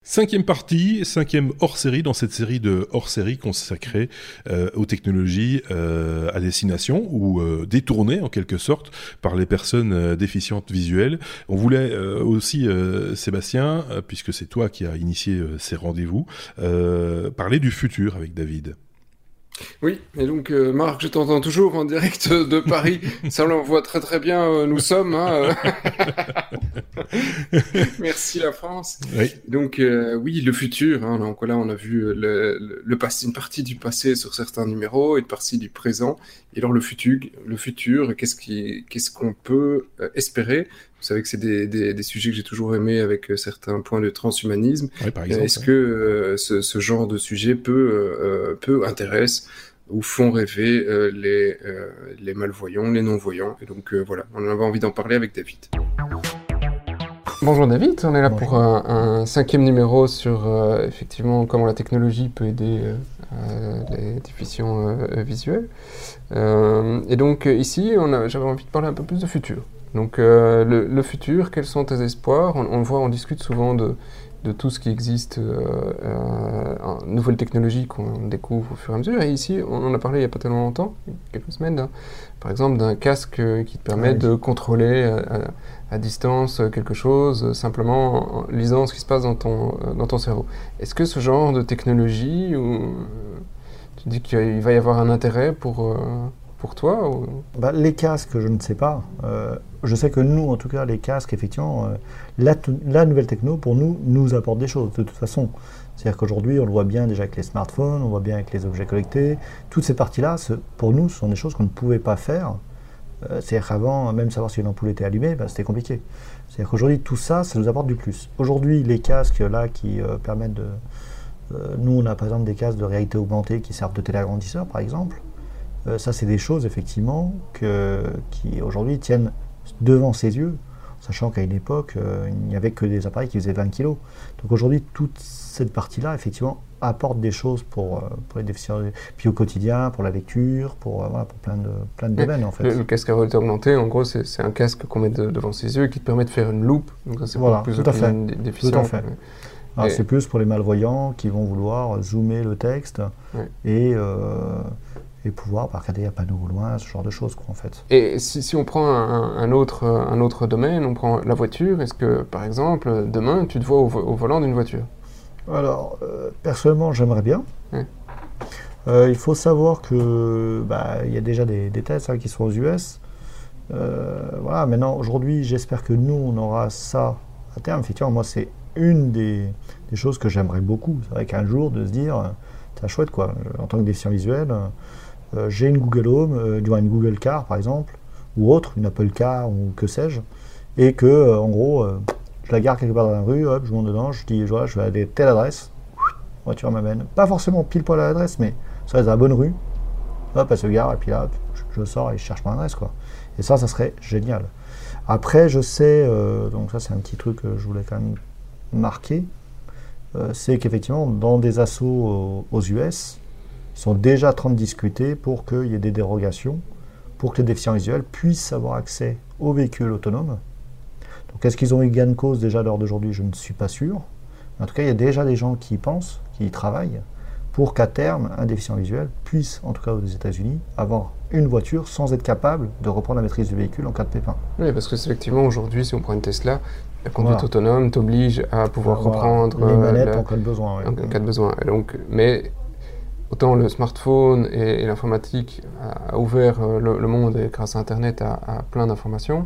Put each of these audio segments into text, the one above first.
Cinquième partie, cinquième hors-série dans cette série de hors-série consacrée aux technologies à destination ou détournées en quelque sorte par les personnes déficientes visuelles. On voulait aussi, Sébastien, puisque c'est toi qui as initié ces rendez-vous, parler du futur avec David. Oui, et donc Marc, je t'entends toujours en direct de Paris. Ça, on voit très très bien où nous sommes. Hein. Merci la France. Oui. Donc oui, le futur. Hein, donc là, on a vu le passé, une partie du passé sur certains numéros et une partie du présent. Et alors le futur, qu'est-ce qu'on peut espérer? Vous savez que c'est des sujets que j'ai toujours aimés avec certains points de transhumanisme. Oui, par exemple. Est-ce que ce genre de sujet peut intéresser ou font rêver les malvoyants, les non-voyants? Et donc voilà, on avait envie d'en parler avec David. Bonjour David, on est là pour un cinquième numéro sur effectivement comment la technologie peut aider les déficients visuels. Et donc ici, j'avais envie de parler un peu plus de futur. Donc le futur, quels sont tes espoirs? On voit, on discute souvent de tout ce qui existe en nouvelles technologies qu'on découvre au fur et à mesure. Et ici, on en a parlé il n'y a pas tellement longtemps, quelques semaines, par exemple d'un casque qui te permet de contrôler à distance quelque chose, simplement en lisant ce qui se passe dans ton cerveau. Est-ce que ce genre de technologie, tu dis qu'il va y avoir un intérêt pour toi ou... Les casques, je ne sais pas. Je sais que nous, en tout cas, les casques, effectivement, la nouvelle techno, pour nous apporte des choses, de toute façon. C'est-à-dire qu'aujourd'hui, on le voit bien déjà avec les smartphones, on voit bien avec les objets connectés. Toutes ces parties-là, pour nous, ce sont des choses qu'on ne pouvait pas faire. C'est-à-dire qu'avant, même savoir si une ampoule était allumée, c'était compliqué. C'est-à-dire qu'aujourd'hui, tout ça, ça nous apporte du plus. Aujourd'hui, les casques, là, qui permettent de... nous, on a par exemple des casques de réalité augmentée qui servent de téléagrandisseur, par exemple. Ça, c'est des choses, effectivement, qui aujourd'hui tiennent devant ses yeux, sachant qu'à une époque, il n'y avait que des appareils qui faisaient 20 kg. Donc aujourd'hui, toute cette partie-là, effectivement, apporte des choses pour les déficients, puis au quotidien, pour la lecture, pour plein de domaines, en fait. Le casque à réalité augmentée, en gros, c'est un casque qu'on met devant ses yeux et qui te permet de faire une loupe. Donc ça, c'est voilà, plus tout à fait. déficient. Tout à fait. Alors, c'est plus pour les malvoyants qui vont vouloir zoomer le texte et pouvoir regarder un panneau au loin, ce genre de choses, en fait. Et si on prend un autre domaine, on prend la voiture, est-ce que, par exemple, demain, tu te vois au volant d'une voiture? Alors, personnellement, j'aimerais bien. Il faut savoir que il y a déjà des tests qui sont aux US. Voilà, maintenant, aujourd'hui, j'espère que nous, on aura ça à terme. Effectivement, moi, c'est une des choses que j'aimerais beaucoup. C'est vrai qu'un jour, de se dire, c'est chouette, quoi. En tant que déficient visuel, j'ai une Google Home, une Google Car, par exemple, ou autre, une Apple Car, ou que sais-je, et que, en gros, je la gare quelque part dans la rue, hop, je monte dedans, je dis, voilà, je vais aller à telle adresse, la voiture m'amène. Pas forcément pile poil à l'adresse, mais ça reste dans la bonne rue, hop, elle se gare, et puis là, je sors et je cherche mon adresse, quoi. Et ça serait génial. Après, je sais, donc ça c'est un petit truc que je voulais quand même marquer, c'est qu'effectivement, dans des assos aux US, ils sont déjà en train de discuter pour qu'il y ait des dérogations, pour que les déficients visuels puissent avoir accès aux véhicules autonomes. Donc est-ce qu'ils ont eu gain de cause déjà à l'heure d'aujourd'hui? Je ne suis pas sûr. Mais en tout cas, il y a déjà des gens qui y pensent, qui y travaillent, pour qu'à terme, un déficient visuel puisse, en tout cas aux États-Unis, avoir une voiture sans être capable de reprendre la maîtrise du véhicule en cas de pépin. Oui, parce que effectivement, aujourd'hui, si on prend une Tesla, la conduite autonome t'oblige à pouvoir reprendre les manettes en cas de besoin. En cas de besoin. Et donc, mais autant le smartphone et l'informatique a ouvert le monde et grâce à Internet à plein d'informations.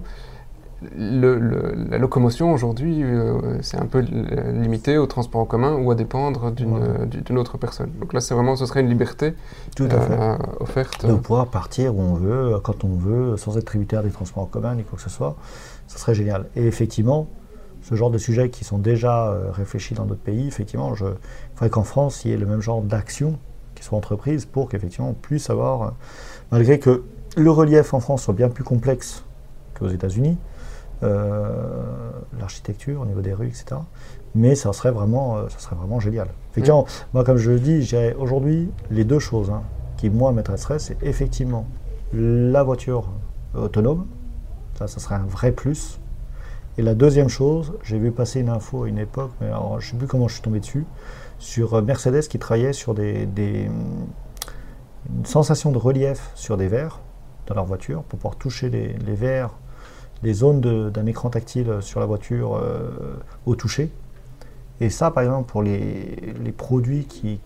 La locomotion aujourd'hui, c'est un peu limité au transport en commun ou à dépendre d'une autre personne. Donc là, ce serait une liberté offerte. De pouvoir partir où on veut, quand on veut, sans être tributaire des transports en commun ni quoi que ce soit. Ça serait génial. Et effectivement, ce genre de sujets qui sont déjà réfléchis dans d'autres pays, effectivement, il faudrait qu'en France, il y ait le même genre d'actions qui soient entreprises pour qu'effectivement on puisse avoir, malgré que le relief en France soit bien plus complexe qu'aux États-Unis, l'architecture au niveau des rues, etc. Mais ça serait vraiment génial. Effectivement, moi, comme je le dis, j'ai aujourd'hui les deux choses qui, moi, m'intéresseraient, c'est effectivement la voiture autonome. Ça serait un vrai plus. Et la deuxième chose, j'ai vu passer une info à une époque, mais alors, je ne sais plus comment je suis tombé dessus, sur Mercedes qui travaillait sur une sensation de relief sur des verres dans leur voiture pour pouvoir toucher les verres, les zones d'un écran tactile sur la voiture au toucher. Et ça, par exemple, pour les produits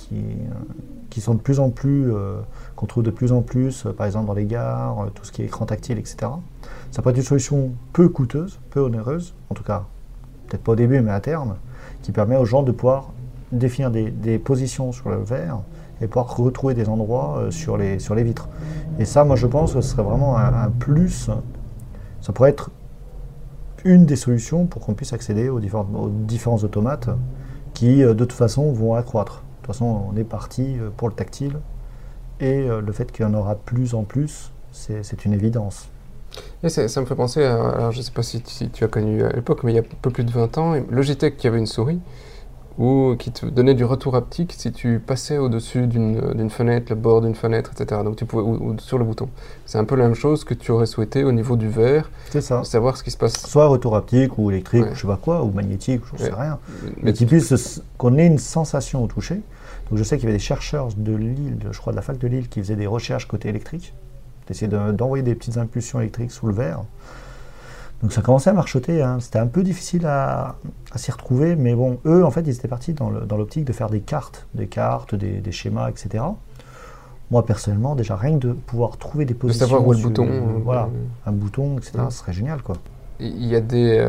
qui sont de plus en plus, qu'on trouve de plus en plus, par exemple dans les gares, tout ce qui est écran tactile, etc. Ça peut être une solution peu coûteuse, peu onéreuse, en tout cas, peut-être pas au début, mais à terme, qui permet aux gens de pouvoir définir des positions sur le verre et pouvoir retrouver des endroits sur les vitres. Et ça, moi, je pense que ce serait vraiment un plus. Ça pourrait être une des solutions pour qu'on puisse accéder aux différents automates qui, de toute façon, vont accroître. De toute façon, on est parti pour le tactile et le fait qu'il y en aura de plus en plus, c'est une évidence. Et ça me fait penser à, alors je ne sais pas si tu as connu à l'époque, mais il y a un peu plus de 20 ans, Logitech qui avait une souris qui te donnait du retour haptique si tu passais au-dessus d'une fenêtre, le bord d'une fenêtre, etc. Donc tu pouvais, ou sur le bouton. C'est un peu la même chose que tu aurais souhaité au niveau du verre. C'est ça. Savoir ce qui se passe. Soit retour haptique ou électrique, Ouais. ou je sais pas quoi, ou magnétique, je ne sais rien. Mais Qu'on ait une sensation au toucher. Donc je sais qu'il y avait des chercheurs de Lille, je crois de la fac de Lille, qui faisaient des recherches côté électrique, d'essayer d'envoyer des petites impulsions électriques sous le verre. Donc ça commençait à marchoter, hein. C'était un peu difficile à s'y retrouver, mais bon, eux, en fait, ils étaient partis dans l'optique de faire des cartes, des schémas, etc. Moi, personnellement, déjà, rien que de pouvoir trouver des positions... De savoir où est le bouton. Voilà, un bouton, etc., ce serait génial, quoi. Il y a des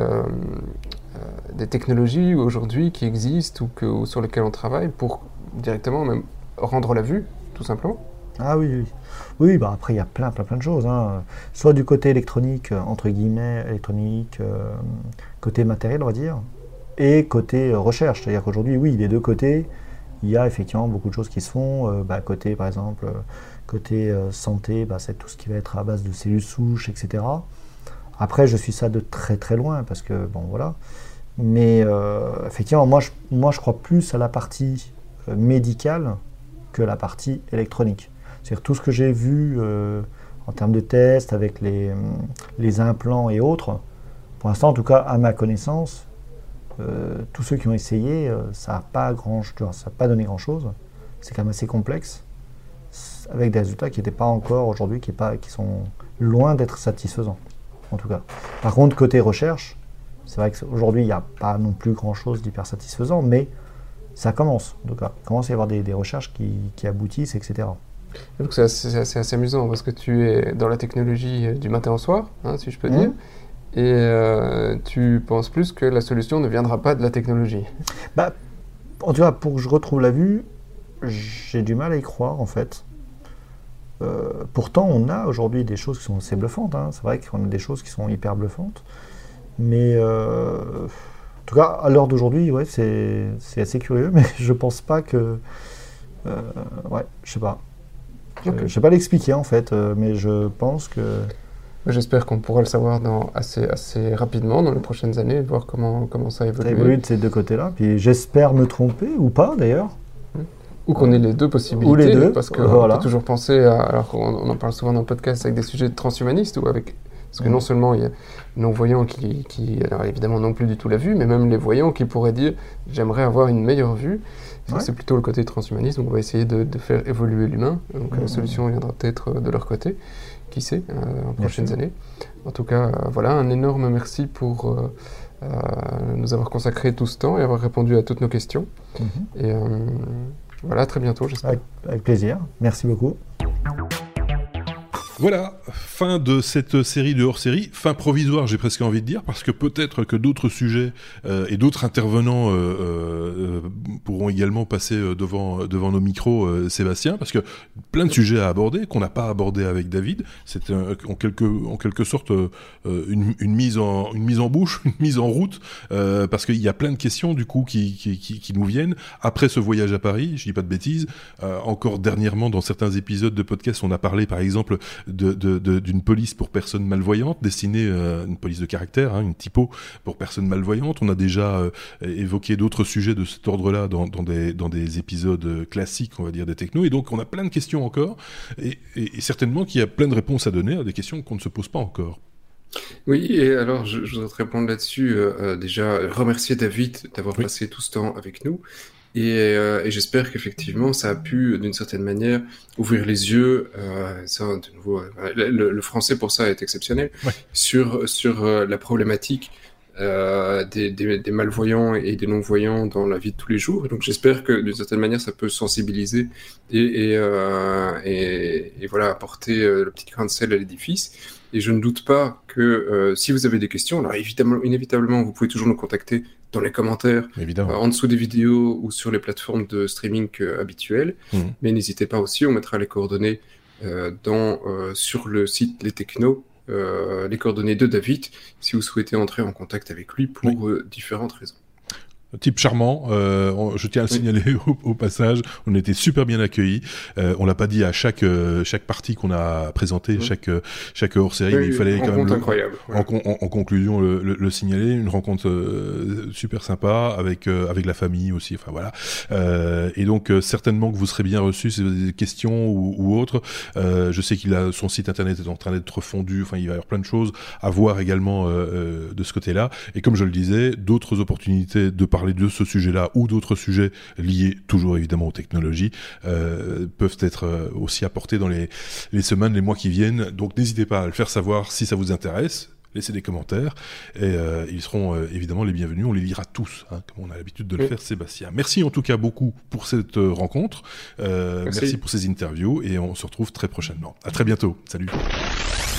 technologies aujourd'hui qui existent ou sur lesquelles on travaille pour directement même rendre la vue, tout simplement. Ah oui, oui. Oui, bah après, il y a plein de choses, hein. Soit du côté électronique, entre guillemets, électronique, côté matériel, on va dire, et côté recherche. C'est-à-dire qu'aujourd'hui, oui, des deux côtés, il y a effectivement beaucoup de choses qui se font. Côté, par exemple, côté santé, c'est tout ce qui va être à base de cellules souches, etc. Après, je suis ça de très très loin, parce que, bon, voilà. Mais effectivement, moi, je crois plus à la partie médicale que la partie électronique. C'est-à-dire tout ce que j'ai vu en termes de tests avec les implants et autres, pour l'instant, en tout cas, à ma connaissance, tous ceux qui ont essayé, ça n'a pas donné grand-chose. C'est quand même assez complexe, avec des résultats qui n'étaient pas encore aujourd'hui, qui sont loin d'être satisfaisants, en tout cas. Par contre, côté recherche, c'est vrai qu'aujourd'hui, il n'y a pas non plus grand-chose d'hyper satisfaisant, mais ça commence, en tout cas. Il commence à y avoir des recherches qui aboutissent, etc. Donc c'est assez amusant parce que tu es dans la technologie du matin au soir, hein, si je peux dire, et tu penses plus que la solution ne viendra pas de la technologie. En tout cas, pour que je retrouve la vue, j'ai du mal à y croire, en fait. Pourtant, on a aujourd'hui des choses qui sont assez bluffantes, hein. C'est vrai qu'on a des choses qui sont hyper bluffantes, mais en tout cas, à l'heure d'aujourd'hui, ouais, c'est assez curieux, mais je pense pas que... ouais, je sais pas. Okay. Je sais pas l'expliquer, en fait, mais je pense que... J'espère qu'on pourra le savoir assez rapidement dans les prochaines années, voir comment ça évolue. Ça évolue de ces deux côtés-là, puis j'espère me tromper, ou pas, d'ailleurs. Ou qu'on ait les deux possibilités, ou les deux, parce qu'on peut toujours penser à... Alors, on en parle souvent dans le podcast avec des sujets transhumanistes, ou avec... Parce que non seulement il y a les non-voyants qui, alors évidemment, n'ont plus du tout la vue, mais même les voyants qui pourraient dire « j'aimerais avoir une meilleure vue ». Ouais. C'est plutôt le côté transhumaniste, donc on va essayer de faire évoluer l'humain. Donc la solution viendra peut-être de leur côté, qui sait, en prochaines années. En tout cas, voilà, un énorme merci pour nous avoir consacré tout ce temps et avoir répondu à toutes nos questions. Et voilà, à très bientôt, j'espère. Avec plaisir, merci beaucoup. Voilà, fin de cette série de hors-série, fin provisoire j'ai presque envie de dire, parce que peut-être que d'autres sujets et d'autres intervenants pourront également passer devant nos micros, Sébastien, parce que plein de sujets à aborder qu'on n'a pas abordé avec David. C'est en quelque sorte une mise en bouche, une mise en route, parce qu'il y a plein de questions du coup qui nous viennent après ce voyage à Paris. Je dis pas de bêtises. Encore dernièrement dans certains épisodes de podcast, on a parlé par exemple d'une police pour personnes malvoyantes, destinée une police de caractère, hein, une typo pour personnes malvoyantes. On a déjà évoqué d'autres sujets de cet ordre-là dans des épisodes classiques, on va dire, des technos. Et donc, on a plein de questions encore, et certainement qu'il y a plein de réponses à donner à des questions qu'on ne se pose pas encore. Oui, et alors je voudrais te répondre là-dessus. Déjà, remercier David d'avoir passé tout ce temps avec nous. Et j'espère qu'effectivement, ça a pu, d'une certaine manière, ouvrir les yeux. Ça, de nouveau, le français pour ça est exceptionnel. Sur la problématique des malvoyants et des non-voyants dans la vie de tous les jours. Donc j'espère que d'une certaine manière ça peut sensibiliser et voilà, apporter le petit grain de sel à l'édifice. Et je ne doute pas que si vous avez des questions, alors évidemment, inévitablement, vous pouvez toujours nous contacter dans les commentaires, en dessous des vidéos ou sur les plateformes de streaming habituelles. Mais n'hésitez pas aussi, on mettra les coordonnées sur le site Les Technos, les coordonnées de David, si vous souhaitez entrer en contact avec lui pour différentes raisons. Type charmant, je tiens à le signaler au passage, on était super bien accueillis. On l'a pas dit à chaque partie qu'on a présentée, chaque hors-série, mais il fallait quand même incroyable. En conclusion le signaler, une rencontre super sympa avec la famille aussi. Enfin voilà. Et donc certainement que vous serez bien reçus si vous avez des questions ou autres. Je sais son site internet est en train d'être refondu. Enfin il va y avoir plein de choses à voir également de ce côté-là. Et comme je le disais, d'autres opportunités de parler de ce sujet-là ou d'autres sujets liés toujours évidemment aux technologies peuvent être aussi apportés dans les semaines, les mois qui viennent. Donc n'hésitez pas à le faire savoir si ça vous intéresse. Laissez des commentaires et ils seront évidemment les bienvenus. On les lira tous, comme on a l'habitude de le faire, Sébastien. Merci en tout cas beaucoup pour cette rencontre. Merci pour ces interviews et on se retrouve très prochainement. À très bientôt. Salut.